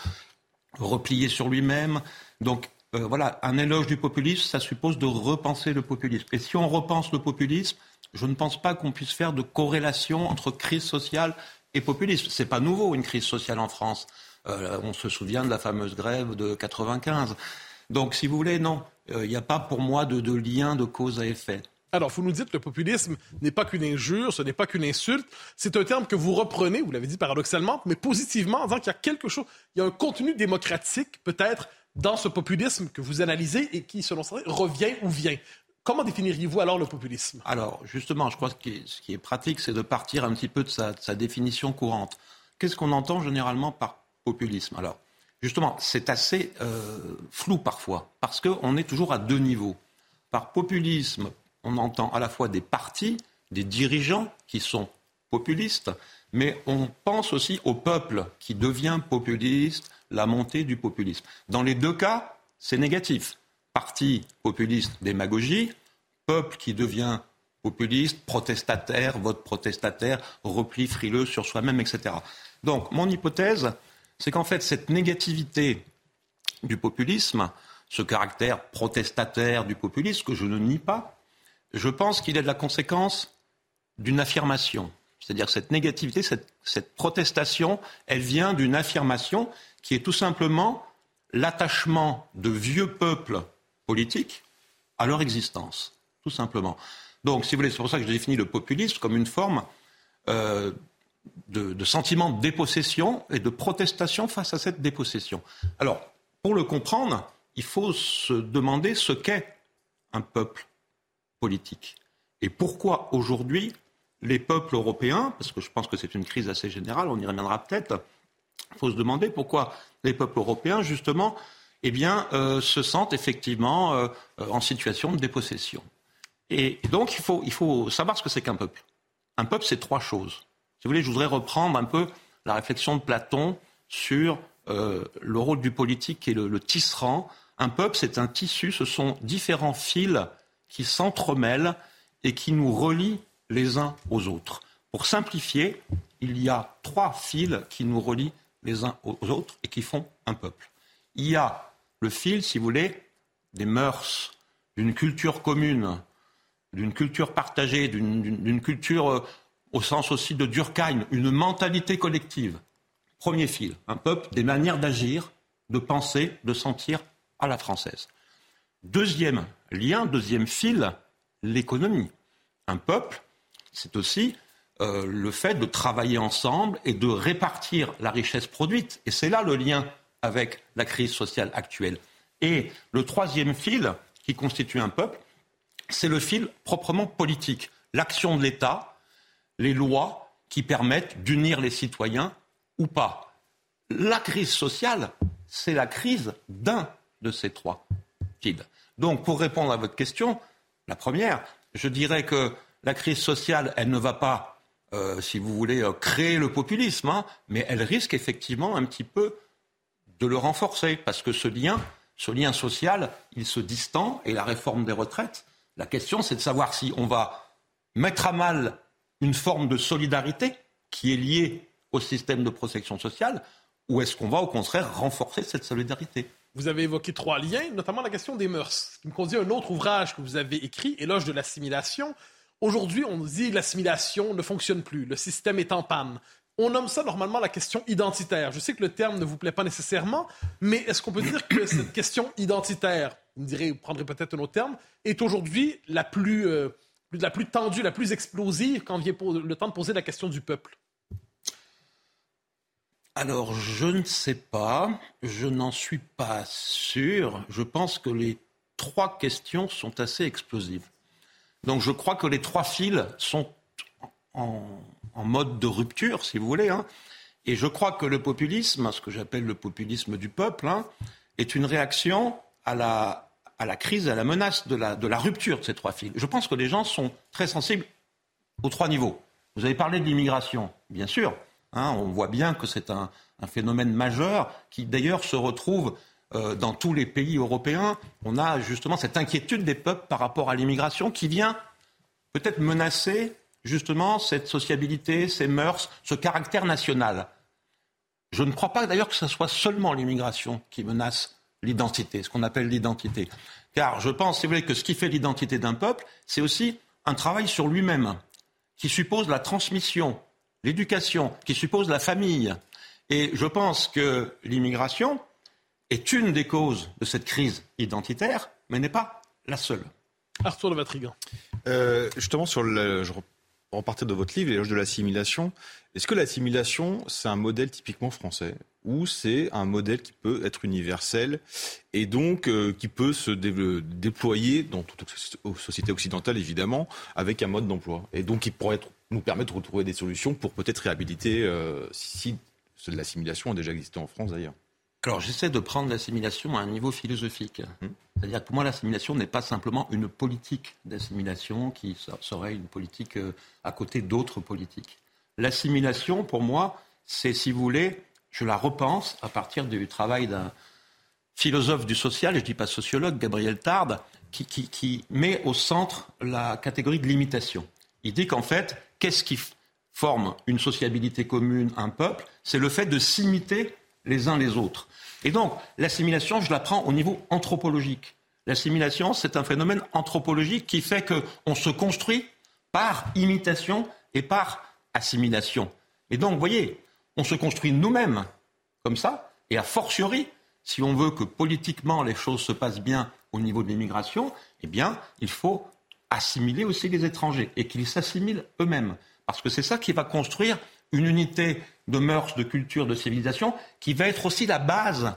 replié sur lui-même. Donc, euh, voilà, un éloge du populisme, ça suppose de repenser le populisme. Et si on repense le populisme, je ne pense pas qu'on puisse faire de corrélation entre crise sociale et populisme. C'est pas nouveau, une crise sociale en France. Euh, on se souvient de la fameuse grève de quatre-vingt-quinze. Donc, si vous voulez, non, il euh, n'y a pas pour moi de, de lien de cause à effet. Alors, vous nous dites que le populisme n'est pas qu'une injure, ce n'est pas qu'une insulte. C'est un terme que vous reprenez, vous l'avez dit paradoxalement, mais positivement, en disant qu'il y a quelque chose, il y a un contenu démocratique, peut-être, dans ce populisme que vous analysez et qui, selon ça, revient ou vient. Comment définiriez-vous alors le populisme? Alors, justement, je crois que ce qui est pratique, c'est de partir un petit peu de sa, de sa définition courante. Qu'est-ce qu'on entend généralement par populisme? Alors, justement, c'est assez euh, flou parfois, parce qu'on est toujours à deux niveaux. Par populisme, on entend à la fois des partis, des dirigeants qui sont populistes, mais on pense aussi au peuple qui devient populiste, la montée du populisme. Dans les deux cas, c'est négatif. Parti populiste, démagogie, peuple qui devient populiste, protestataire, vote protestataire, repli frileux sur soi-même, et cetera. Donc, mon hypothèse, c'est qu'en fait, cette négativité du populisme, ce caractère protestataire du populisme, que je ne nie pas, je pense qu'il est de la conséquence d'une affirmation. C'est-à-dire que cette négativité, cette, cette protestation, elle vient d'une affirmation qui est tout simplement l'attachement de vieux peuples politiques à leur existence, tout simplement. Donc, si vous voulez, c'est pour ça que je définis le populisme comme une forme euh, de, de sentiment de dépossession et de protestation face à cette dépossession. Alors, pour le comprendre, il faut se demander ce qu'est un peuple politique. Et pourquoi aujourd'hui les peuples européens, parce que je pense que c'est une crise assez générale, on y reviendra peut-être, il faut se demander pourquoi les peuples européens, justement, eh bien, euh, se sentent effectivement euh, en situation de dépossession. Et donc, il faut, il faut savoir ce que c'est qu'un peuple. Un peuple, c'est trois choses. Si vous voulez, je voudrais reprendre un peu la réflexion de Platon sur euh, le rôle du politique qui est le, le tisserand. Un peuple, c'est un tissu, ce sont différents fils qui s'entremêlent et qui nous relient les uns aux autres. Pour simplifier, il y a trois fils qui nous relient les uns aux autres et qui font un peuple. Il y a le fil, si vous voulez, des mœurs, d'une culture commune, d'une culture partagée, d'une, d'une, d'une culture euh, au sens aussi de Durkheim, une mentalité collective. Premier fil, un peuple, des manières d'agir, de penser, de sentir à la française. Deuxième lien, deuxième fil, l'économie. Un peuple, c'est aussi euh, le fait de travailler ensemble et de répartir la richesse produite. Et c'est là le lien avec la crise sociale actuelle. Et le troisième fil, qui constitue un peuple, c'est le fil proprement politique. L'action de l'État, les lois qui permettent d'unir les citoyens ou pas. La crise sociale, c'est la crise d'un de ces trois fils. Donc, pour répondre à votre question, la première, je dirais que la crise sociale, elle ne va pas, euh, si vous voulez, euh, créer le populisme, hein, mais elle risque effectivement un petit peu de le renforcer, parce que ce lien, ce lien social, il se distend, et la réforme des retraites La question, c'est de savoir si on va mettre à mal une forme de solidarité qui est liée au système de protection sociale, ou est-ce qu'on va au contraire renforcer cette solidarité ? Vous avez évoqué trois liens, notamment la question des mœurs, ce qui me conduit à un autre ouvrage que vous avez écrit, Éloge de l'assimilation. Aujourd'hui, on dit que l'assimilation ne fonctionne plus, le système est en panne. On nomme ça normalement la question identitaire. Je sais que le terme ne vous plaît pas nécessairement, mais est-ce qu'on peut dire que cette question identitaire, vous me direz, vous prendrez peut-être un autre terme, est aujourd'hui la plus, euh, la plus tendue, la plus explosive quand vient le temps de poser la question du peuple? Alors, je ne sais pas, je n'en suis pas sûr. Je pense que les trois questions sont assez explosives. Donc, je crois que les trois fils sont en, en mode de rupture, si vous voulez. Hein. Et je crois que le populisme, ce que j'appelle le populisme du peuple, hein, est une réaction à la, à la crise, à la menace de la, de la rupture de ces trois fils. Je pense que les gens sont très sensibles aux trois niveaux. Vous avez parlé de l'immigration, bien sûr. Hein, on voit bien que c'est un, un phénomène majeur qui d'ailleurs se retrouve euh, dans tous les pays européens. On a justement cette inquiétude des peuples par rapport à l'immigration qui vient peut-être menacer justement cette sociabilité, ces mœurs, ce caractère national. Je ne crois pas d'ailleurs que ce soit seulement l'immigration qui menace l'identité, ce qu'on appelle l'identité. Car je pense, si vous voulez, que ce qui fait l'identité d'un peuple, c'est aussi un travail sur lui-même, qui suppose la transmission, l'éducation, qui suppose la famille. Et je pense que l'immigration est une des causes de cette crise identitaire, mais n'est pas la seule. Arthur de Vatrigan. Euh, justement, sur le, je repartais de votre livre, L'éloge de l'assimilation. Est-ce que l'assimilation, c'est un modèle typiquement français ou c'est un modèle qui peut être universel et donc euh, qui peut se dé- déployer dans toute société occidentale, évidemment, avec un mode d'emploi et donc qui pourrait être, nous permettre de retrouver des solutions pour peut-être réhabiliter euh, si l'assimilation a déjà existé en France d'ailleurs. Alors j'essaie de prendre l'assimilation à un niveau philosophique. Mmh. C'est-à-dire que pour moi l'assimilation n'est pas simplement une politique d'assimilation qui serait une politique euh, à côté d'autres politiques. L'assimilation, pour moi, c'est, si vous voulez, je la repense à partir du travail d'un philosophe du social, et je ne dis pas sociologue, Gabriel Tarde, qui, qui, qui met au centre la catégorie de l'imitation. Il dit qu'en fait, qu'est-ce qui forme une sociabilité commune, un peuple ? C'est le fait de s'imiter les uns les autres. Et donc, l'assimilation, je la prends au niveau anthropologique. L'assimilation, c'est un phénomène anthropologique qui fait qu'on se construit par imitation et par assimilation. Et donc, vous voyez, on se construit nous-mêmes comme ça, et a fortiori, si on veut que politiquement les choses se passent bien au niveau de l'immigration, eh bien, il faut assimiler aussi les étrangers et qu'ils s'assimilent eux-mêmes. Parce que c'est ça qui va construire une unité de mœurs, de culture, de civilisation, qui va être aussi la base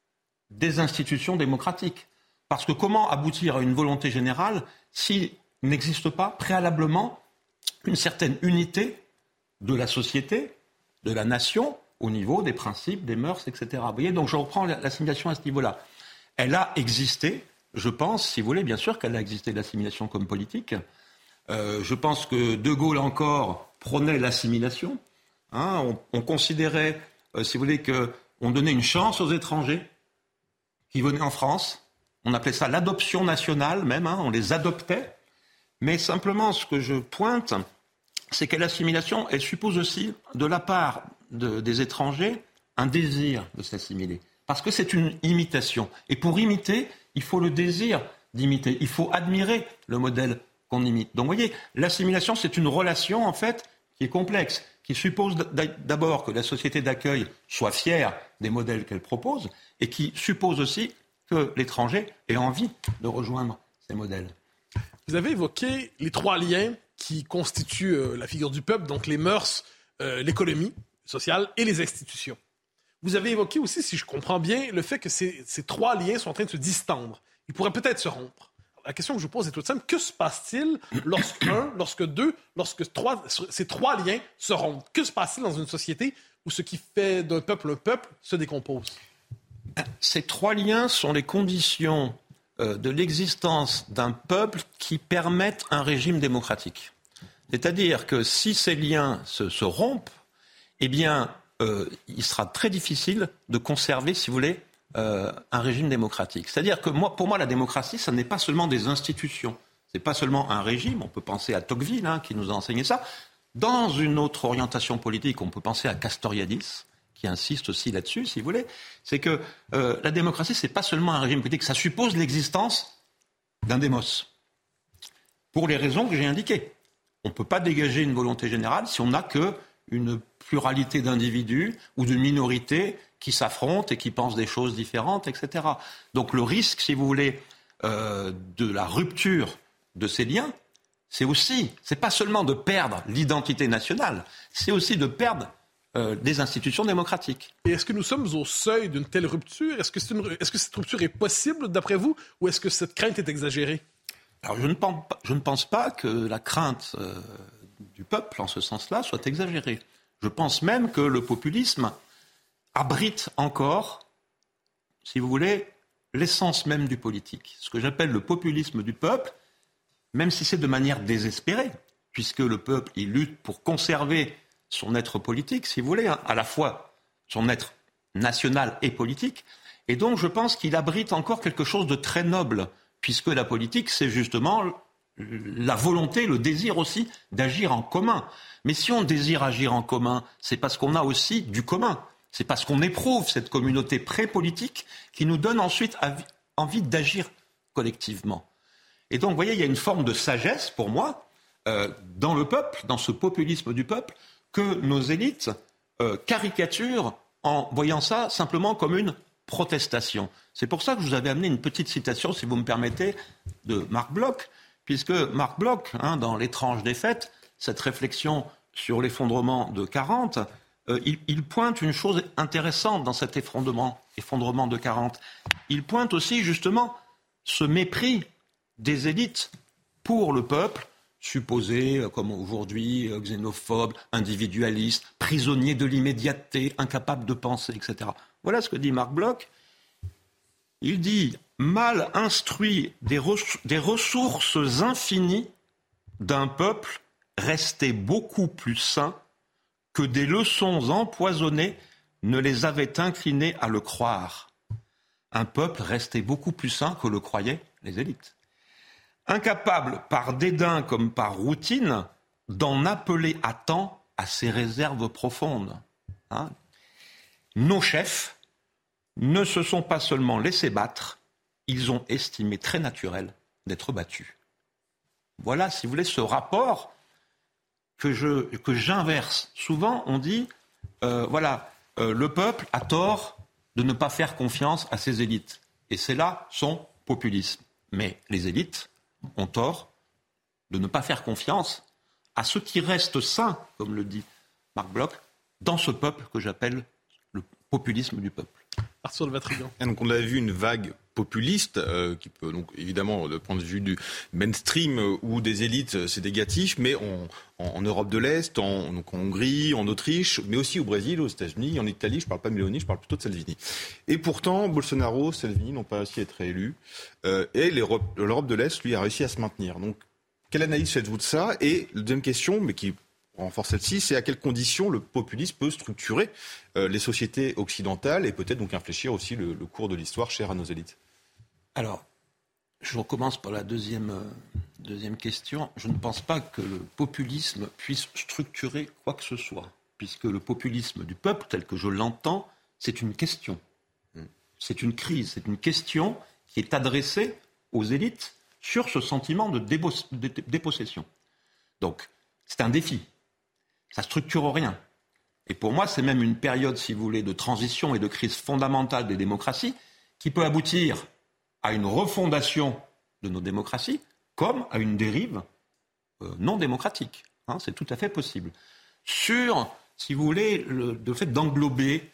des institutions démocratiques. Parce que comment aboutir à une volonté générale s'il n'existe pas préalablement une certaine unité de la société, de la nation, au niveau des principes, des mœurs, et cetera. Vous voyez, donc je reprends l'assimilation à ce niveau-là. Elle a existé, je pense, si vous voulez, bien sûr qu'elle a existé, l'assimilation comme politique. Euh, je pense que De Gaulle encore prônait l'assimilation. Hein, on, on considérait, euh, si vous voulez, qu'on donnait une chance aux étrangers qui venaient en France. On appelait ça l'adoption nationale même, hein, on les adoptait. Mais simplement, ce que je pointe, c'est que l'assimilation, elle suppose aussi, de la part de, des étrangers, un désir de s'assimiler. Parce que c'est une imitation. Et pour imiter, il faut le désir d'imiter. Il faut admirer le modèle qu'on imite. Donc, vous voyez, l'assimilation, c'est une relation, en fait, qui est complexe, qui suppose d'abord que la société d'accueil soit fière des modèles qu'elle propose, et qui suppose aussi que l'étranger ait envie de rejoindre ces modèles. Vous avez évoqué les trois liens qui constituent euh, la figure du peuple, donc les mœurs, euh, l'économie sociale et les institutions. Vous avez évoqué aussi, si je comprends bien, le fait que ces, ces trois liens sont en train de se distendre. Ils pourraient peut-être se rompre. La question que je vous pose est toute simple. Que se passe-t-il lorsque un, lorsque deux, lorsque trois, ces trois liens se rompent? Que se passe-t-il dans une société où ce qui fait d'un peuple un peuple se décompose? Ces trois liens sont les conditions euh, de l'existence d'un peuple qui permettent un régime démocratique. C'est-à-dire que si ces liens se, se rompent, eh bien, euh, il sera très difficile de conserver, si vous voulez, euh, un régime démocratique. C'est-à-dire que moi, pour moi, la démocratie, ça n'est pas seulement des institutions. C'est pas seulement un régime, on peut penser à Tocqueville, hein, qui nous a enseigné ça. Dans une autre orientation politique, on peut penser à Castoriadis, qui insiste aussi là-dessus, si vous voulez. C'est que euh, la démocratie, c'est pas seulement un régime politique, ça suppose l'existence d'un démos. Pour les raisons que j'ai indiquées. On ne peut pas dégager une volonté générale si on n'a qu'une pluralité d'individus ou de minorités qui s'affrontent et qui pensent des choses différentes, et cetera. Donc le risque, si vous voulez, euh, de la rupture de ces liens, c'est aussi, c'est pas seulement de perdre l'identité nationale, c'est aussi de perdre euh, des institutions démocratiques. Et est-ce que nous sommes au seuil d'une telle rupture? Est-ce que, c'est une, est-ce que cette rupture est possible, d'après vous, ou est-ce que cette crainte est exagérée? Alors je ne pense pas, je ne pense pas que la crainte euh, du peuple, en ce sens-là, soit exagérée. Je pense même que le populisme abrite encore, si vous voulez, l'essence même du politique. Ce que j'appelle le populisme du peuple, même si c'est de manière désespérée, puisque le peuple, il lutte pour conserver son être politique, si vous voulez, hein, à la fois son être national et politique. Et donc je pense qu'il abrite encore quelque chose de très noble, puisque la politique, c'est justement la volonté, le désir aussi d'agir en commun. Mais si on désire agir en commun, c'est parce qu'on a aussi du commun. C'est parce qu'on éprouve cette communauté pré-politique qui nous donne ensuite envie d'agir collectivement. Et donc, vous voyez, il y a une forme de sagesse, pour moi, euh, dans le peuple, dans ce populisme du peuple, que nos élites euh, caricaturent en voyant ça simplement comme une protestation. C'est pour ça que je vous avais amené une petite citation, si vous me permettez, de Marc Bloch, puisque Marc Bloch, hein, dans L'étrange défaite, cette réflexion sur l'effondrement de quarante, euh, il, il pointe une chose intéressante dans cet effondrement, effondrement de quarante. Il pointe aussi justement ce mépris des élites pour le peuple, supposé, comme aujourd'hui, xénophobe, individualiste, prisonnier de l'immédiateté, incapable de penser, et cetera. Voilà ce que dit Marc Bloch. Il dit « Mal instruit des, res- des ressources infinies d'un peuple resté beaucoup plus sain que des leçons empoisonnées ne les avaient inclinés à le croire. Un peuple resté beaucoup plus sain que le croyaient les élites. Incapable, par dédain comme par routine, d'en appeler à temps à ses réserves profondes. Hein ? Nos chefs ne se sont pas seulement laissés battre, ils ont estimé très naturel d'être battus. » Voilà, si vous voulez, ce rapport que, je, que j'inverse. Souvent, on dit, euh, voilà, euh, le peuple a tort de ne pas faire confiance à ses élites. Et c'est là son populisme. Mais les élites ont tort de ne pas faire confiance à ceux qui restent sains, comme le dit Marc Bloch, dans ce peuple que j'appelle le populisme du peuple. Arthur de Vatrigan. Et donc on a vu une vague populiste euh, qui peut donc évidemment, du point de vue du mainstream euh, ou des élites, euh, c'est négatif, mais on, en, en Europe de l'Est, en, donc en Hongrie, en Autriche, mais aussi au Brésil, aux États-Unis, en Italie. Je ne parle pas de Meloni, je parle plutôt de Salvini. Et pourtant, Bolsonaro, Salvini n'ont pas réussi à être réélus, euh, et l'Europe, l'Europe de l'Est, lui, a réussi à se maintenir. Donc, quelle analyse faites-vous de ça? Et la deuxième question, mais qui renforce celle-ci, c'est à quelles conditions le populisme peut structurer euh, les sociétés occidentales et peut-être donc infléchir aussi le, le cours de l'histoire cher à nos élites. Alors, je recommence par la deuxième, euh, deuxième question. Je ne pense pas que le populisme puisse structurer quoi que ce soit, puisque le populisme du peuple, tel que je l'entends, c'est une question. C'est une crise, c'est une question qui est adressée aux élites sur ce sentiment de, débo- de dépossession. Donc, c'est un défi. Ça ne structure rien. Et pour moi, c'est même une période, si vous voulez, de transition et de crise fondamentale des démocraties qui peut aboutir à une refondation de nos démocraties comme à une dérive euh, non démocratique. Hein, c'est tout à fait possible. Sur, si vous voulez, le, le fait d'englober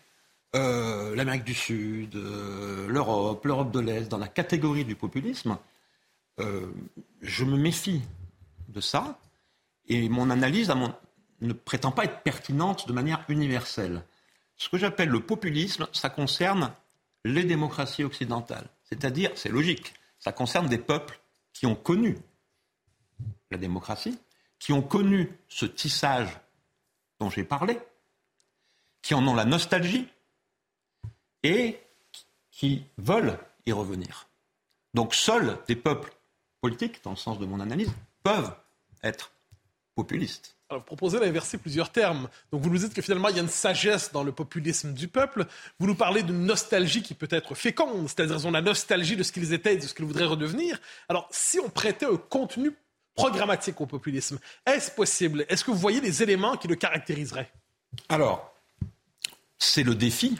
euh, l'Amérique du Sud, euh, l'Europe, l'Europe de l'Est dans la catégorie du populisme, euh, je me méfie de ça. Et mon analyse à mon, ne prétend pas être pertinente de manière universelle. Ce que j'appelle le populisme, ça concerne les démocraties occidentales. C'est-à-dire, c'est logique, ça concerne des peuples qui ont connu la démocratie, qui ont connu ce tissage dont j'ai parlé, qui en ont la nostalgie et qui veulent y revenir. Donc seuls des peuples politiques, dans le sens de mon analyse, peuvent être populistes. Alors, vous proposez d'inverser plusieurs termes. Donc, vous nous dites que finalement, il y a une sagesse dans le populisme du peuple. Vous nous parlez d'une nostalgie qui peut être féconde, c'est-à-dire ils ont la nostalgie de ce qu'ils étaient et de ce qu'ils voudraient redevenir. Alors, si on prêtait un contenu programmatique au populisme, est-ce possible? Est-ce que vous voyez des éléments qui le caractériseraient? Alors, c'est le défi.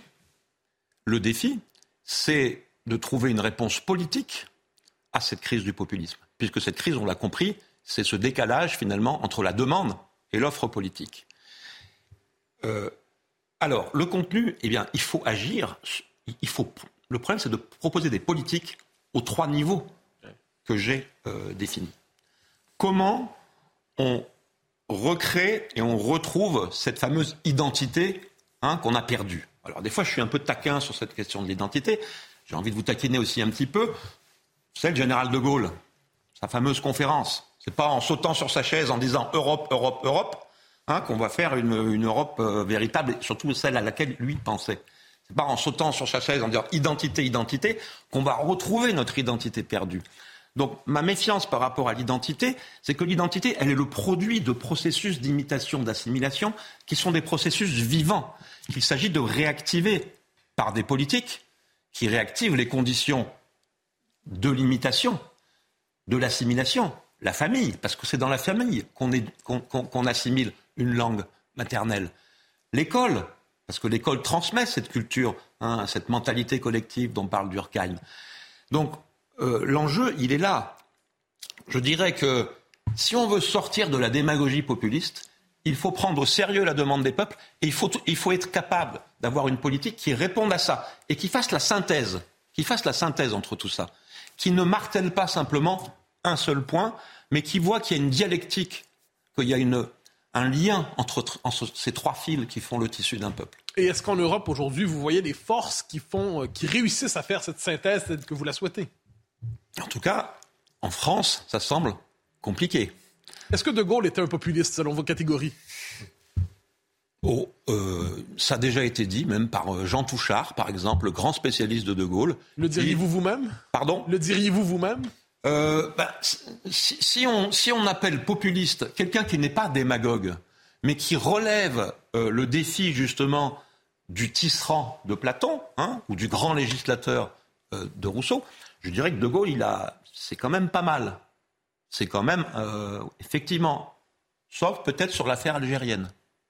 Le défi, c'est de trouver une réponse politique à cette crise du populisme. Puisque cette crise, on l'a compris, c'est ce décalage finalement entre la demande et l'offre politique. Euh, alors, le contenu, eh bien, il faut agir. Il faut, le problème, c'est de proposer des politiques aux trois niveaux que j'ai euh, définis. Comment on recrée et on retrouve cette fameuse identité hein, qu'on a perdue? Alors, des fois, je suis un peu taquin sur cette question de l'identité. J'ai envie de vous taquiner aussi un petit peu. C'est le général de Gaulle, sa fameuse conférence. C'est pas en sautant sur sa chaise en disant Europe, Europe, Europe, hein, qu'on va faire une, une Europe euh, véritable, et surtout celle à laquelle lui pensait. C'est pas en sautant sur sa chaise en disant identité, identité, qu'on va retrouver notre identité perdue. Donc ma méfiance par rapport à l'identité, c'est que l'identité, elle est le produit de processus d'imitation, d'assimilation, qui sont des processus vivants, qu'il s'agit de réactiver par des politiques qui réactivent les conditions de l'imitation, de l'assimilation. La famille, parce que c'est dans la famille qu'on, est, qu'on, qu'on, qu'on assimile une langue maternelle. L'école, parce que l'école transmet cette culture, hein, cette mentalité collective dont parle Durkheim. Donc, euh, l'enjeu, il est là. Je dirais que si on veut sortir de la démagogie populiste, il faut prendre au sérieux la demande des peuples et il faut, il faut être capable d'avoir une politique qui réponde à ça et qui fasse la synthèse, qui fasse la synthèse entre tout ça, qui ne martèle pas simplement un seul point, mais qui voit qu'il y a une dialectique, qu'il y a une, un lien entre, entre ces trois fils qui font le tissu d'un peuple. Et est-ce qu'en Europe, aujourd'hui, vous voyez des forces qui, font, qui réussissent à faire cette synthèse telle que vous la souhaitez? En tout cas, en France, ça semble compliqué. Est-ce que De Gaulle était un populiste, selon vos catégories? Oh, euh, ça a déjà été dit, même par Jean Touchard, par exemple, le grand spécialiste de De Gaulle. Le diriez-vous vous-même? Pardon? Le diriez-vous vous-même? Euh, bah, si, si, on, si on appelle populiste quelqu'un qui n'est pas démagogue, mais qui relève euh, le défi justement du tisserand de Platon, hein, ou du grand législateur euh, de Rousseau, je dirais que De Gaulle, il a, c'est quand même pas mal. C'est quand même, euh, effectivement, sauf peut-être sur l'affaire algérienne.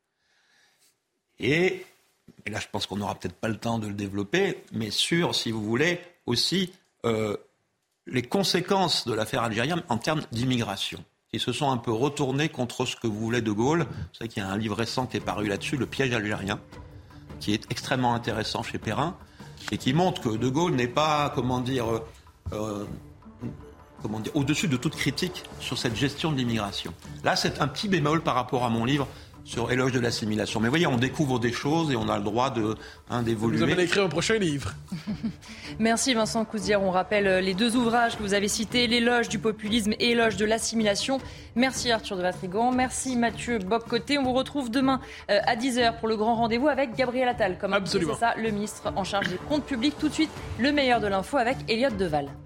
Et, et là, je pense qu'on n'aura peut-être pas le temps de le développer, mais sur, si vous voulez, aussi... Euh, les conséquences de l'affaire algérienne en termes d'immigration, qui se sont un peu retournées contre ce que voulait De Gaulle. Vous savez qu'il y a un livre récent qui est paru là-dessus, Le piège algérien, qui est extrêmement intéressant chez Perrin, et qui montre que De Gaulle n'est pas, comment dire, euh, comment dire, au-dessus de toute critique sur cette gestion de l'immigration. Là, c'est un petit bémol par rapport à mon livre sur Éloge de l'assimilation. Mais vous voyez, on découvre des choses et on a le droit de, hein, d'évoluer. Vous avez écrit un prochain livre. Merci Vincent Couzière. On rappelle les deux ouvrages que vous avez cités, L'éloge du populisme et Éloge de l'assimilation. Merci Arthur de Vatrigan. Merci Mathieu Bock-Côté. On vous retrouve demain euh, à dix heures pour le grand rendez-vous avec Gabriel Attal. Comme Absolument. c'est ça, le ministre en charge des comptes publics. Tout de suite, le meilleur de l'info avec Elliott Deval.